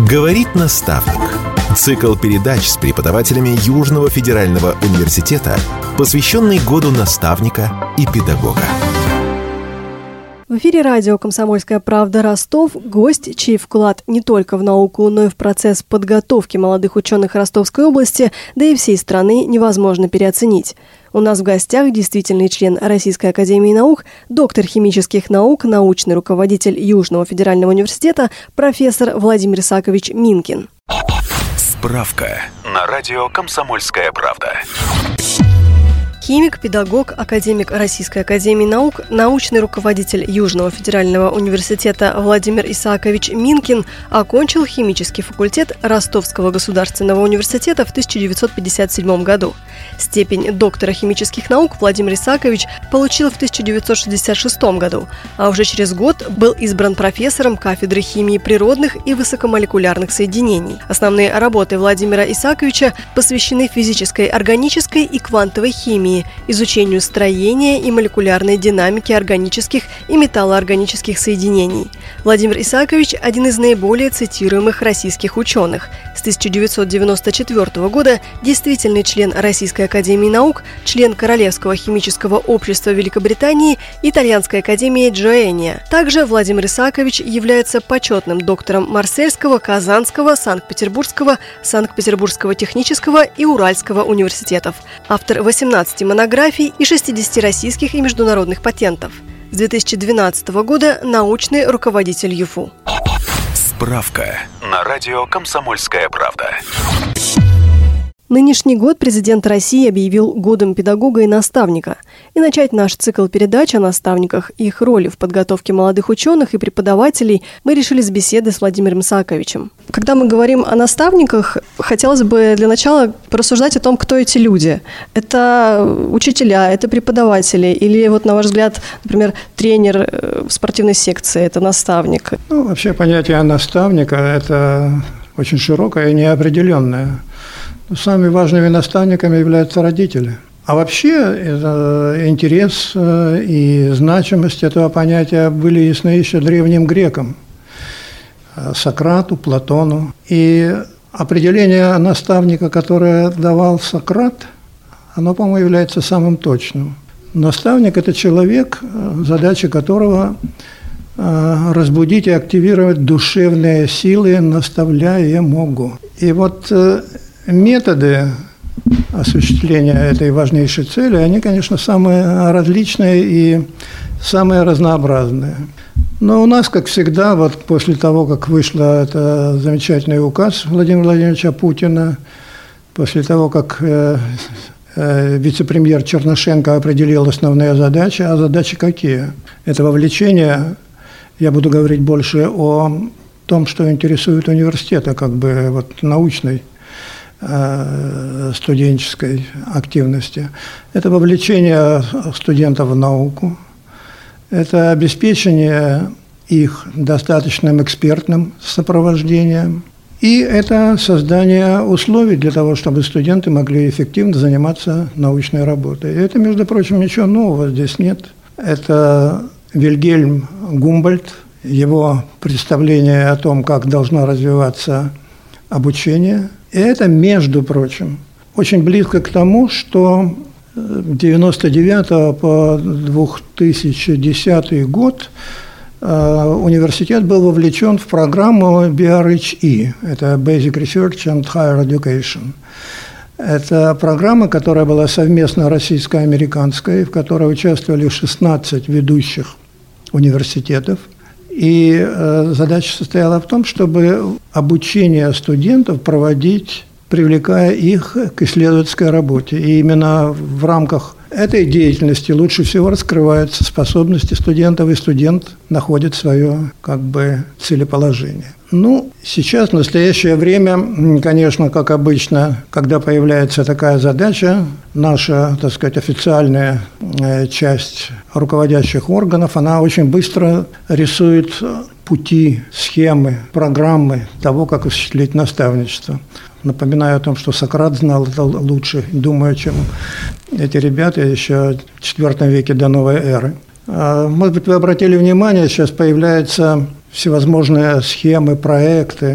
Говорит наставник. Цикл передач с преподавателями Южного федерального университета, посвященный году наставника и педагога. В эфире радио «Комсомольская правда» Ростов гость, чей вклад не только в науку, но и в процесс подготовки молодых ученых Ростовской области, да и всей страны, невозможно переоценить. У нас в гостях действительный член Российской академии наук, доктор химических наук, научный руководитель Южного федерального университета, профессор Владимир Исаакович Минкин. Справка на радио «Комсомольская правда». Химик, педагог, академик Российской академии наук, научный руководитель Южного федерального университета Владимир Исаакович Минкин окончил химический факультет Ростовского государственного университета в 1957 году. Степень доктора химических наук Владимир Исаакович получил в 1966 году, а уже через год был избран профессором кафедры химии природных и высокомолекулярных соединений. Основные работы Владимира Исааковича посвящены физической, органической и квантовой химии, изучению строения и молекулярной динамики органических и металлоорганических соединений. Владимир Исаакович – один из наиболее цитируемых российских ученых. С 1994 года действительный член Российской академии наук, член Королевского химического общества Великобритании, Итальянской академии Джоэния. Также Владимир Исаакович является почетным доктором Марсельского, Казанского, Санкт-Петербургского, Санкт-Петербургского технического и Уральского университетов. Автор 18 монографий и 60 российских и международных патентов. С 2012 года научный руководитель ЮФУ. Справка на радио «Комсомольская правда». Нынешний год президент России объявил годом педагога и наставника. И начать наш цикл передач о наставниках и их роли в подготовке молодых ученых и преподавателей мы решили с беседы с Владимиром Исааковичем. Когда мы говорим о наставниках, хотелось бы для начала порассуждать о том, кто эти люди. Это учителя, это преподаватели или, вот на ваш взгляд, например, тренер в спортивной секции – это наставник? Вообще понятие наставника – это очень широкое и неопределенное. Самыми важными наставниками являются родители. А вообще интерес и значимость этого понятия были ясны еще древним грекам, Сократу, Платону. И определение наставника, которое давал Сократ, оно, по-моему, является самым точным. Наставник – это человек, задача которого разбудить и активировать душевные силы наставляемого. И вот методы осуществления этой важнейшей цели, они, конечно, самые различные и самые разнообразные. Но у нас, как всегда, вот после того, как вышел этот замечательный указ Владимира Владимировича Путина, после того, как вице-премьер Чернышенко определил основные задачи, а задачи какие? Это вовлечение, я буду говорить больше о том, что интересует университета, как бы вот научной, студенческой активности. Это вовлечение студентов в науку, это обеспечение их достаточным экспертным сопровождением, и это создание условий для того, чтобы студенты могли эффективно заниматься научной работой. И это, между прочим, ничего нового здесь нет. Это Вильгельм Гумбольдт, его представление о том, как должно развиваться обучение. И это, между прочим, очень близко к тому, что с 1999 по 2010 год университет был вовлечен в программу BRHE, это Basic Research and Higher Education. Это программа, которая была совместно российско-американской, в которой участвовали 16 ведущих университетов. И задача состояла в том, чтобы обучение студентов проводить, привлекая их к исследовательской работе. И именно в рамках этой деятельности лучше всего раскрываются способности студентов, и студент находит свое как бы целеположение. Сейчас, в настоящее время, конечно, как обычно, когда появляется такая задача, наша, так сказать, официальная часть руководящих органов, она очень быстро рисует пути, схемы, программы того, как осуществить наставничество. Напоминаю о том, что Сократ знал это лучше, думаю, чем эти ребята еще в IV веке до новой эры. Может быть, вы обратили внимание, сейчас появляются всевозможные схемы, проекты,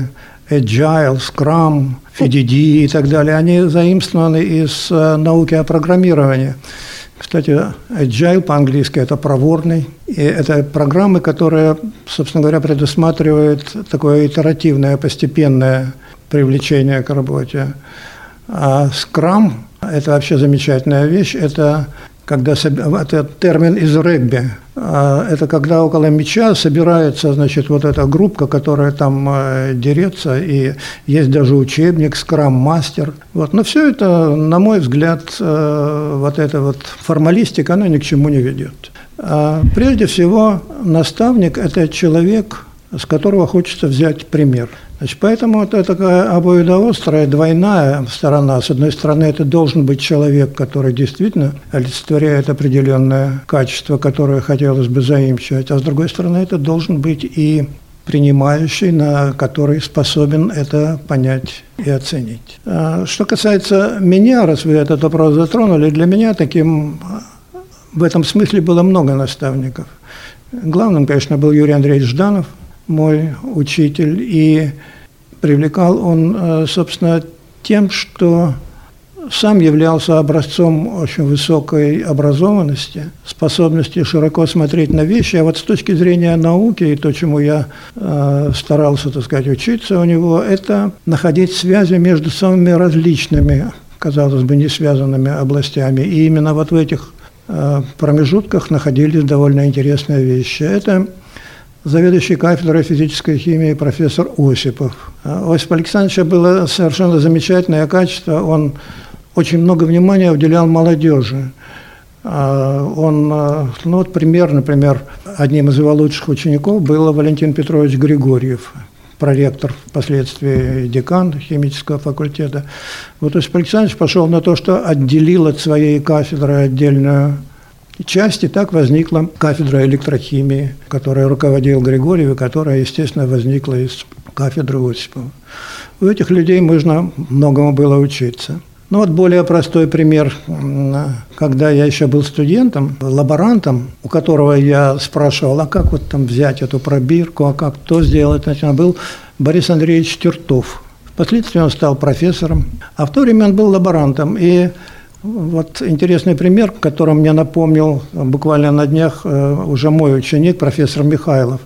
Agile, Scrum, FDD и так далее, они заимствованы из науки о программировании. Кстати, Agile по-английски – это проворный. И это программы, которые, собственно говоря, предусматривают такое итеративное, постепенное привлечение к работе. А Scrum – это вообще замечательная вещь. Это термин из регби. Это когда около мяча собирается, значит, вот эта группа, которая там дерется, и есть даже учебник «Скрам-мастер». Вот. Но все это, на мой взгляд, вот эта вот формалистика, она ни к чему не ведет. Прежде всего, наставник – это человек, с которого хочется взять пример. Значит, поэтому это такая обоюдоострая, двойная сторона. С одной стороны, это должен быть человек, который действительно олицетворяет определенное качество, которое хотелось бы заимствовать, а с другой стороны, это должен быть и принимающий, который способен это понять и оценить. Что касается меня, раз вы этот вопрос затронули, для меня в этом смысле было много наставников. Главным, конечно, был Юрий Андреевич Жданов, мой учитель, и привлекал он, собственно, тем, что сам являлся образцом очень высокой образованности, способности широко смотреть на вещи. А вот с точки зрения науки, и то, чему я старался, так сказать, учиться у него, это находить связи между самыми различными, казалось бы, не связанными областями. И именно вот в этих промежутках находились довольно интересные вещи. Это заведующий кафедрой физической химии профессор Осипов. Осип Александровича было совершенно замечательное качество. Он очень много внимания уделял молодежи. Например, одним из его лучших учеников был Валентин Петрович Григорьев, проректор, впоследствии декан химического факультета. Вот Осип Александрович пошел на то, что отделил от своей кафедры отдельную часть, и так возникла кафедра электрохимии, которой руководил Григорьев, и которая, естественно, возникла из кафедры Осипова. У этих людей можно многому было учиться. Ну вот более простой пример. Когда я еще был студентом, лаборантом, у которого я спрашивал, а как вот там взять эту пробирку, а как то сделать, был Борис Андреевич Тертов. Впоследствии он стал профессором, а в то время он был лаборантом. И вот интересный пример, который мне напомнил буквально на днях уже мой ученик, профессор Михайлов.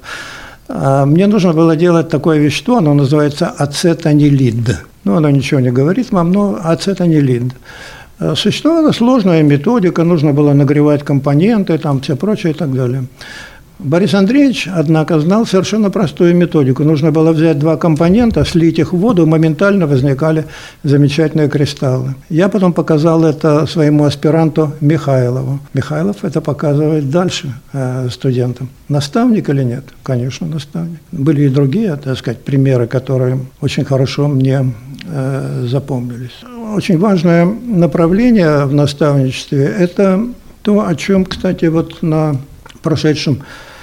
Мне нужно было делать такое вещество, оно называется ацетанилид. Оно ничего не говорит вам, но ацетанилид. Существовала сложная методика, нужно было нагревать компоненты, там все прочее и так далее. Борис Андреевич, однако, знал совершенно простую методику. Нужно было взять два компонента, слить их в воду, моментально возникали замечательные кристаллы. Я потом показал это своему аспиранту Михайлову. Михайлов это показывает дальше студентам. Наставник или нет? Конечно, наставник. Были и другие, так сказать, примеры, которые очень хорошо мне запомнились. Очень важное направление в наставничестве – это то, о чем, кстати, вот на прошедшем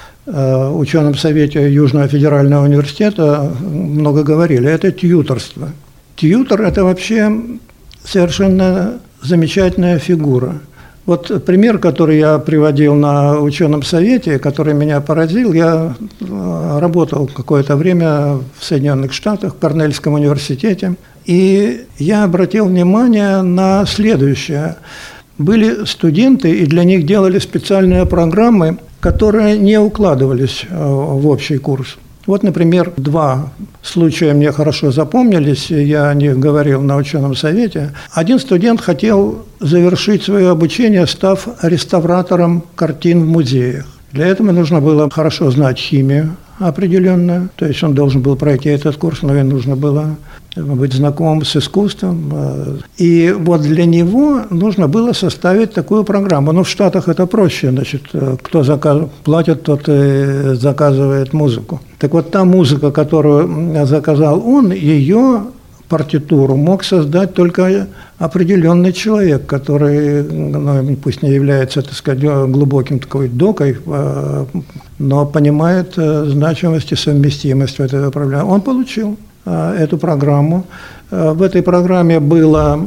ученом совете Южного федерального университета много говорили. Это тьюторство. Тьютор – это вообще совершенно замечательная фигура. Вот пример, который я приводил на ученом совете, который меня поразил. Я работал какое-то время в Соединенных Штатах, в Корнельском университете, и я обратил внимание на следующее. Были студенты, и для них делали специальные программы, которые не укладывались в общий курс. Вот, например, два случая мне хорошо запомнились, я о них говорил на ученом совете. Один студент хотел завершить свое обучение, став реставратором картин в музеях. Для этого нужно было хорошо знать химию определенную, то есть он должен был пройти этот курс, но и нужно было быть знакомым с искусством. И вот для него нужно было составить такую программу. Но в Штатах это проще, значит, кто платит, тот и заказывает музыку. Так вот, та музыка, которую заказал он, ее партитуру мог создать только определенный человек, который, пусть не является, так сказать, глубоким такой докой, но понимает значимость и совместимость этой проблемы. Он получил эту программу. В этой программе была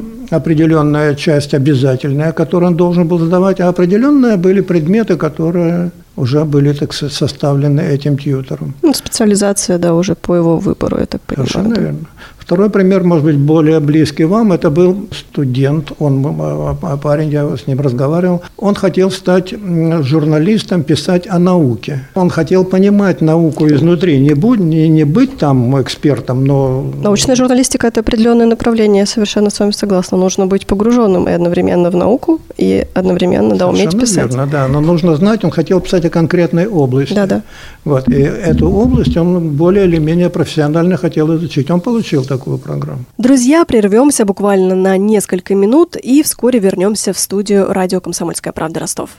определенная часть обязательная, которую он должен был сдавать, а определенные были предметы, которые уже были, так сказать, составлены этим тьютором. Специализация, да, уже по его выбору, я так понимаю. Совершенно верно. Второй пример, может быть, более близкий вам, это был студент, парень, я с ним разговаривал, он хотел стать журналистом, писать о науке. Он хотел понимать науку изнутри, не быть там экспертом, но... Научная журналистика – это определенное направление, я совершенно с вами согласна. Нужно быть погруженным и одновременно в науку, и одновременно, да, уметь писать. Совершенно верно, да, но нужно знать, он хотел писать о конкретной области. Да. Вот, и эту область он более или менее профессионально хотел изучить, он получил такую программу. Друзья, прервемся буквально на несколько минут и вскоре вернемся в студию радио «Комсомольская правда» Ростов.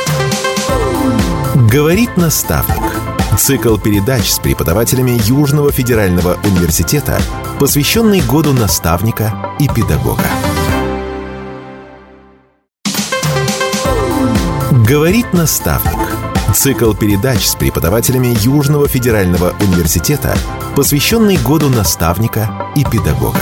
Говорит наставник. Цикл передач с преподавателями Южного федерального университета, посвященный году наставника и педагога. Говорит наставник. Цикл передач с преподавателями Южного федерального университета, посвященный году наставника и педагога.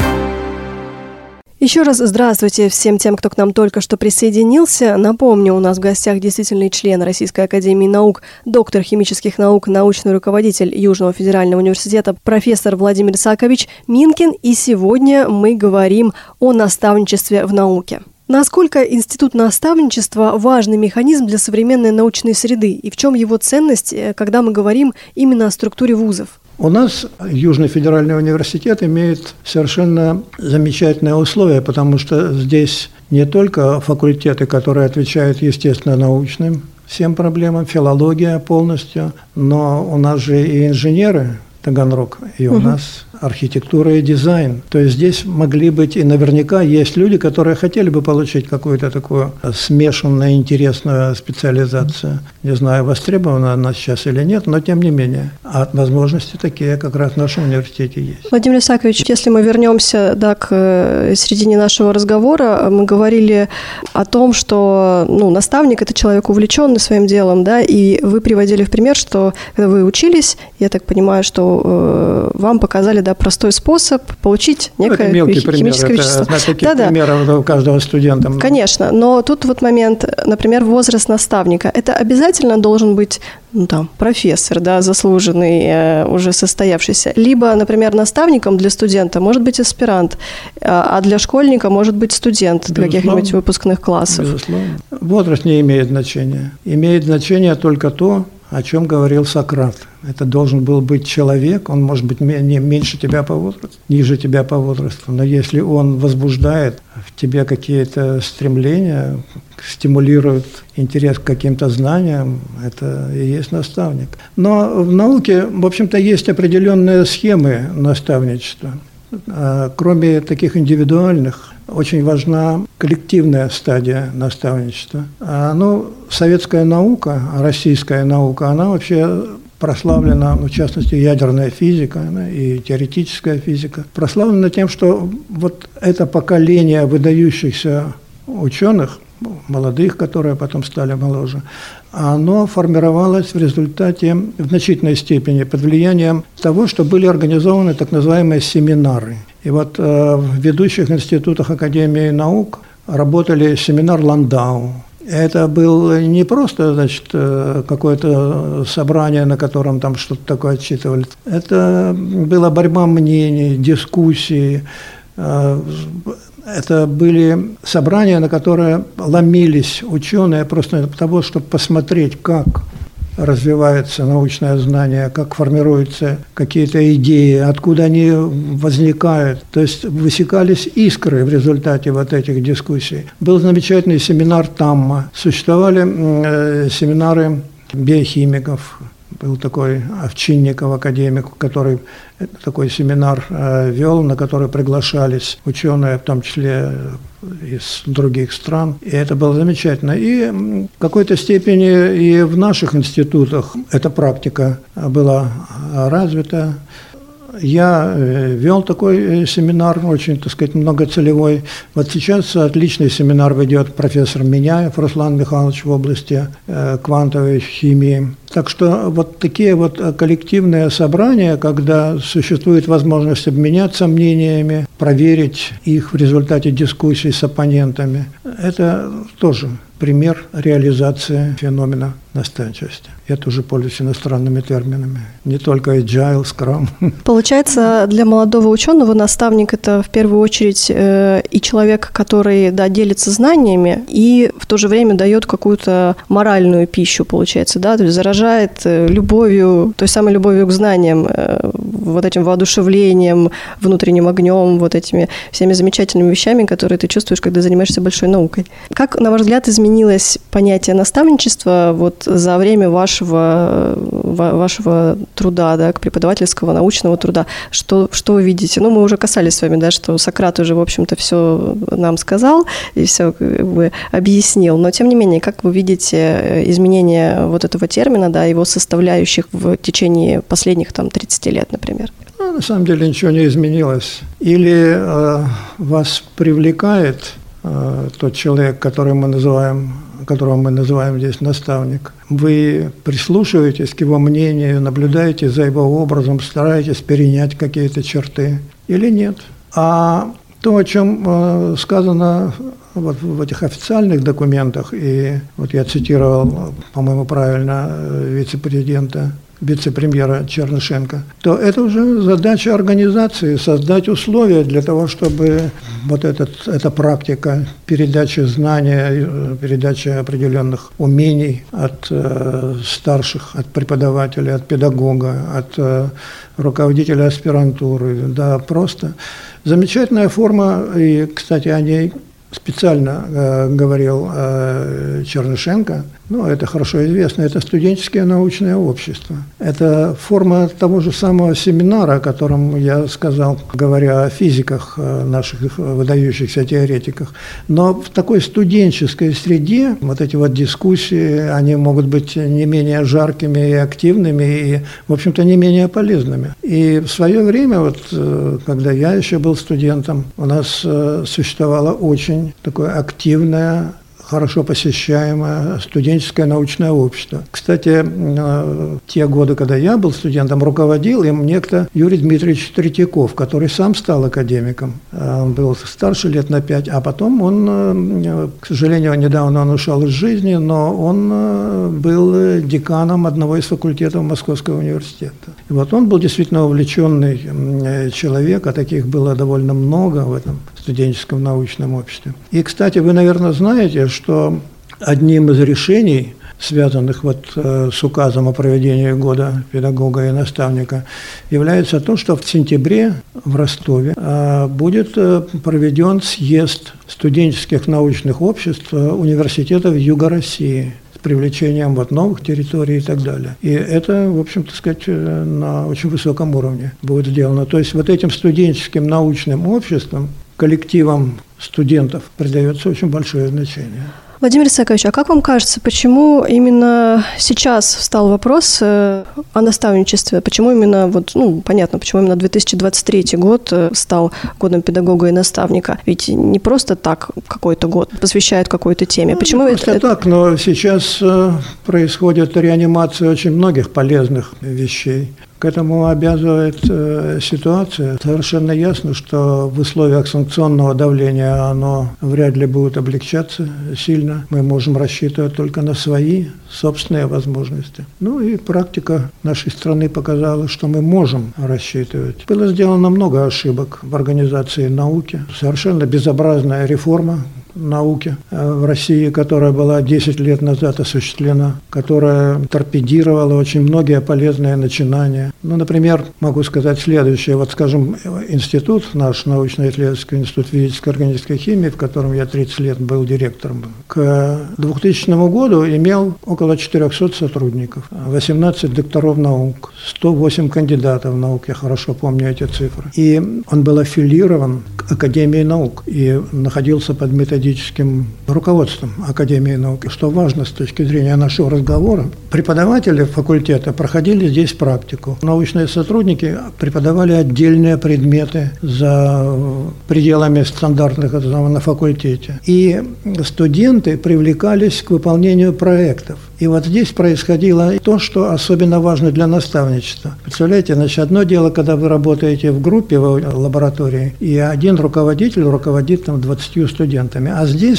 Еще раз здравствуйте всем тем, кто к нам только что присоединился. Напомню, у нас в гостях действительный член Российской академии наук, доктор химических наук, научный руководитель Южного федерального университета, профессор Владимир Исаакович Минкин. И сегодня мы говорим о наставничестве в науке. Насколько институт наставничества важный механизм для современной научной среды и в чем его ценность, когда мы говорим именно о структуре вузов? У нас Южный федеральный университет имеет совершенно замечательные условия, потому что здесь не только факультеты, которые отвечают, естественно, научным всем проблемам, филология полностью, но у нас же и инженеры, Таганрог, и у нас архитектура и дизайн. То есть здесь могли быть, и наверняка есть люди, которые хотели бы получить какую-то такую смешанную, интересную специализацию. Не знаю, востребована она сейчас или нет, но тем не менее. А возможности такие как раз в нашем университете есть. Владимир Исаакович, если мы вернемся к середине нашего разговора, мы говорили о том, что наставник – это человек, увлеченный своим делом, да, и вы приводили в пример, что когда вы учились, я так понимаю, что вам показали простой способ получить некое химическое вещество. Таких примеров у каждого студента. Конечно, но тут вот момент, например, возраст наставника. Это обязательно должен быть профессор, заслуженный, уже состоявшийся. Либо, например, наставником для студента может быть аспирант, а для школьника может быть студент каких-нибудь выпускных классов. Безусловно. Возраст не имеет значения. Имеет значение только то, о чем говорил Сократ. Это должен был быть человек, он может быть меньше тебя по возрасту, ниже тебя по возрасту, но если он возбуждает в тебе какие-то стремления, стимулирует интерес к каким-то знаниям, это и есть наставник. Но в науке, в общем-то, есть определенные схемы наставничества. Кроме таких индивидуальных, очень важна коллективная стадия наставничества. Советская наука, российская наука, она вообще прославлена, в частности, ядерная физика и теоретическая физика, прославлена тем, что вот это поколение выдающихся ученых, молодых, которые потом стали моложе, оно формировалось в результате в значительной степени под влиянием того, что были организованы так называемые семинары. И вот в ведущих институтах Академии наук работали семинар Ландау. Это было не просто, какое-то собрание, на котором там что-то такое отчитывали. Это была борьба мнений, дискуссии. Это были собрания, на которые ломились ученые просто для того, чтобы посмотреть, как развивается научное знание, как формируются какие-то идеи, откуда они возникают. То есть высекались искры в результате вот этих дискуссий. Был замечательный семинар Тамма. Существовали семинары биохимиков. Был такой Овчинников, академик, который такой семинар вел, на который приглашались ученые, в том числе из других стран. И это было замечательно. И в какой-то степени и в наших институтах эта практика была развита. Я вел такой семинар, очень, многоцелевой. Вот сейчас отличный семинар ведет профессор Миняев Руслан Михайлович в области квантовой химии. Так что вот такие вот коллективные собрания, когда существует возможность обменяться мнениями, проверить их в результате дискуссий с оппонентами, это тоже пример реализации феномена наставничестве. Я тоже пользуюсь иностранными терминами, не только Agile, Scrum. Получается, для молодого ученого наставник – это в первую очередь и человек, который, да, делится знаниями и в то же время дает какую-то моральную пищу, получается, да, то есть заражает любовью, той самой любовью к знаниям, вот этим воодушевлением, внутренним огнем, вот этими всеми замечательными вещами, которые ты чувствуешь, когда занимаешься большой наукой. Как, на ваш взгляд, изменилось понятие наставничества вот за время вашего труда, да, преподавательского, научного труда? Что вы видите? Ну, мы уже касались с вами, да, что Сократ уже, в общем-то, все нам сказал и все как бы объяснил, но, тем не менее, как вы видите изменение вот этого термина, да, его составляющих в течение последних, 30 лет, например? Ну, на самом деле ничего не изменилось. Или вас привлекает тот человек, которого мы называем здесь наставник. Вы прислушиваетесь к его мнению, наблюдаете за его образом, стараетесь перенять какие-то черты или нет. А то, о чем сказано вот в этих официальных документах, и вот я цитировал, по-моему, правильно, вице-премьера Чернышенко, то это уже задача организации – создать условия для того, чтобы вот эта практика передачи знания, передачи определенных умений от старших, от преподавателя, от педагога, от руководителя аспирантуры, да, просто замечательная форма, и, кстати, о ней специально говорил Чернышенко, это хорошо известно, это студенческое научное общество. Это форма того же самого семинара, о котором я сказал, говоря о физиках, наших выдающихся теоретиках. Но в такой студенческой среде вот эти вот дискуссии, они могут быть не менее жаркими и активными, и, в общем-то, не менее полезными. И в свое время, когда я еще был студентом, у нас существовало очень такое активное, хорошо посещаемое студенческое научное общество. Кстати, те годы, когда я был студентом, руководил им некто Юрий Дмитриевич Третьяков, который сам стал академиком. Он был старше лет на 5, а потом он, к сожалению, недавно он ушел из жизни, но он был деканом одного из факультетов Московского университета. И вот он был действительно увлеченный человек, а таких было довольно много в этом студенческом научном обществе. И, кстати, вы, наверное, знаете, что одним из решений, связанных с указом о проведении года педагога и наставника, является то, что в сентябре в Ростове будет проведен съезд студенческих научных обществ университетов Юга России с привлечением новых территорий и так далее. И это, в общем-то сказать, на очень высоком уровне будет сделано. То есть этим студенческим научным обществам, коллективам студентов придается очень большое значение. Владимир Исаакович, а как вам кажется, почему именно сейчас встал вопрос о наставничестве? Почему именно, понятно, почему именно 2023 год стал годом педагога и наставника? Ведь не просто так какой-то год посвящают какой-то теме. Почему не просто так, но сейчас происходит реанимация очень многих полезных вещей. К этому обязывает ситуация. Совершенно ясно, что в условиях санкционного давления оно вряд ли будет облегчаться сильно. Мы можем рассчитывать только на свои собственные возможности. И практика нашей страны показала, что мы можем рассчитывать. Было сделано много ошибок в организации науки. Совершенно безобразная реформа науки в России, которая была 10 лет назад осуществлена, которая торпедировала очень многие полезные начинания. Например, могу сказать следующее. Скажем, институт, наш научно-исследовательский институт физической и органической химии, в котором я 30 лет был директором, к 2000 году имел около 400 сотрудников, 18 докторов наук, 108 кандидатов наук, я хорошо помню эти цифры. И он был аффилирован к Академии наук и находился под методическим руководством Академии наук. Что важно с точки зрения нашего разговора, преподаватели факультета проходили здесь практику. Научные сотрудники преподавали отдельные предметы за пределами стандартных на факультете. И студенты привлекались к выполнению проектов. И здесь происходило то, что особенно важно для наставничества. Представляете, одно дело, когда вы работаете в группе, в лаборатории, и один руководитель руководит 20 студентами. А здесь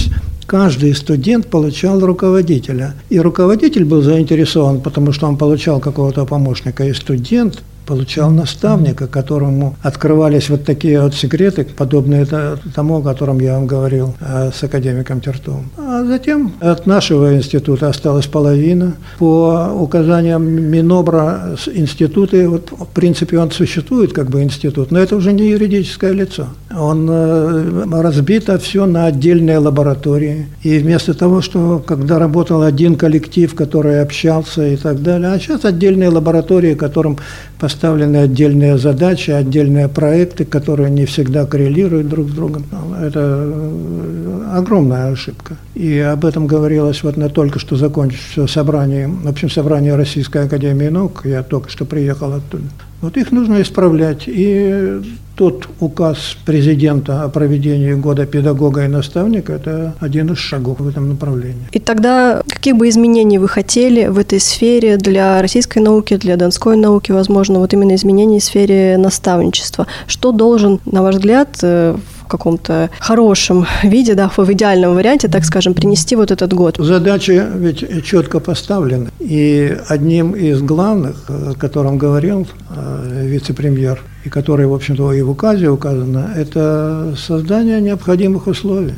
каждый студент получал руководителя. И руководитель был заинтересован, потому что он получал какого-то помощника, и студент получал наставника, которому открывались вот такие вот секреты, подобные тому, о котором я вам говорил с академиком Тертовым. А затем от нашего института осталась половина. По указаниям Минобра институты, вот, в принципе, он существует как бы институт, но это уже не юридическое лицо. Он разбито все на отдельные лаборатории. И вместо того, что когда работал один коллектив, который общался и так далее, а сейчас отдельные лаборатории, которым поставлены отдельные задачи, отдельные проекты, которые не всегда коррелируют друг с другом. Это огромная ошибка. И об этом говорилось вот на только что закончившемся собрании, в общем, собрании Российской академии наук. Я только что приехал оттуда. Вот их нужно исправлять. И тот указ президента о проведении года педагога и наставника – это один из шагов в этом направлении. И тогда каких бы изменений вы хотели в этой сфере для российской науки, для донской науки, возможно, вот именно изменений в сфере наставничества? Что должен, на ваш взгляд, в каком-то хорошем виде, да, в идеальном варианте, так скажем, принести вот этот год? Задачи ведь четко поставлены. И одним из главных, о котором говорил вице-премьер, и который, в общем-то, и в указе указано, это создание необходимых условий.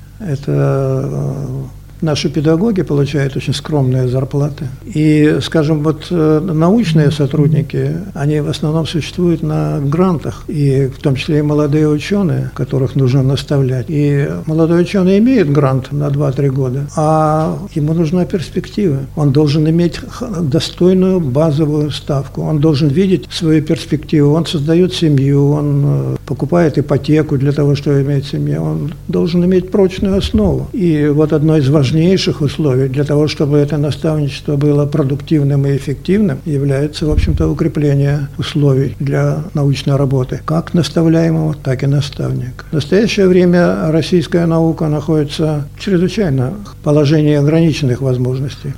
Это наши педагоги получают очень скромные зарплаты. И, скажем, вот научные сотрудники, они в основном существуют на грантах, и в том числе и молодые ученые, которых нужно наставлять. И молодой ученый имеет грант на 2-3 года, а ему нужна перспектива. Он должен иметь достойную базовую ставку, он должен видеть свою перспективу, он создает семью, он покупает ипотеку для того, чтобы иметь семью, он должен иметь прочную основу. И вот одно из важнейших условий для того, чтобы это наставничество было продуктивным и эффективным, является, в общем-то, укрепление условий для научной работы, как наставляемого, так и наставника. В настоящее время российская наука находится в чрезвычайно положении ограниченных возможностей.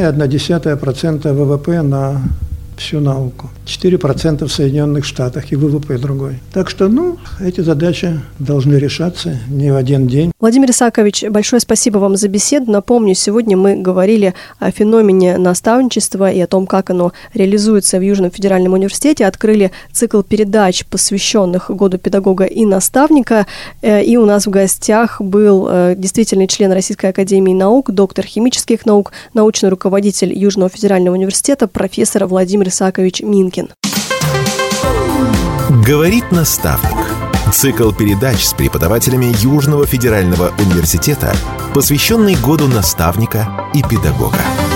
1,1% ВВП на всю науку. 4% в Соединенных Штатах и ВВП другой. Так что, эти задачи должны решаться не в один день. Владимир Исаакович, большое спасибо вам за беседу. Напомню, сегодня мы говорили о феномене наставничества и о том, как оно реализуется в Южном федеральном университете. Открыли цикл передач, посвященных году педагога и наставника. И у нас в гостях был действительный член Российской академии наук, доктор химических наук, научный руководитель Южного федерального университета, профессор Владимир Исаакович Минкин. Говорит наставник. Цикл передач с преподавателями Южного федерального университета, посвященный году наставника и педагога.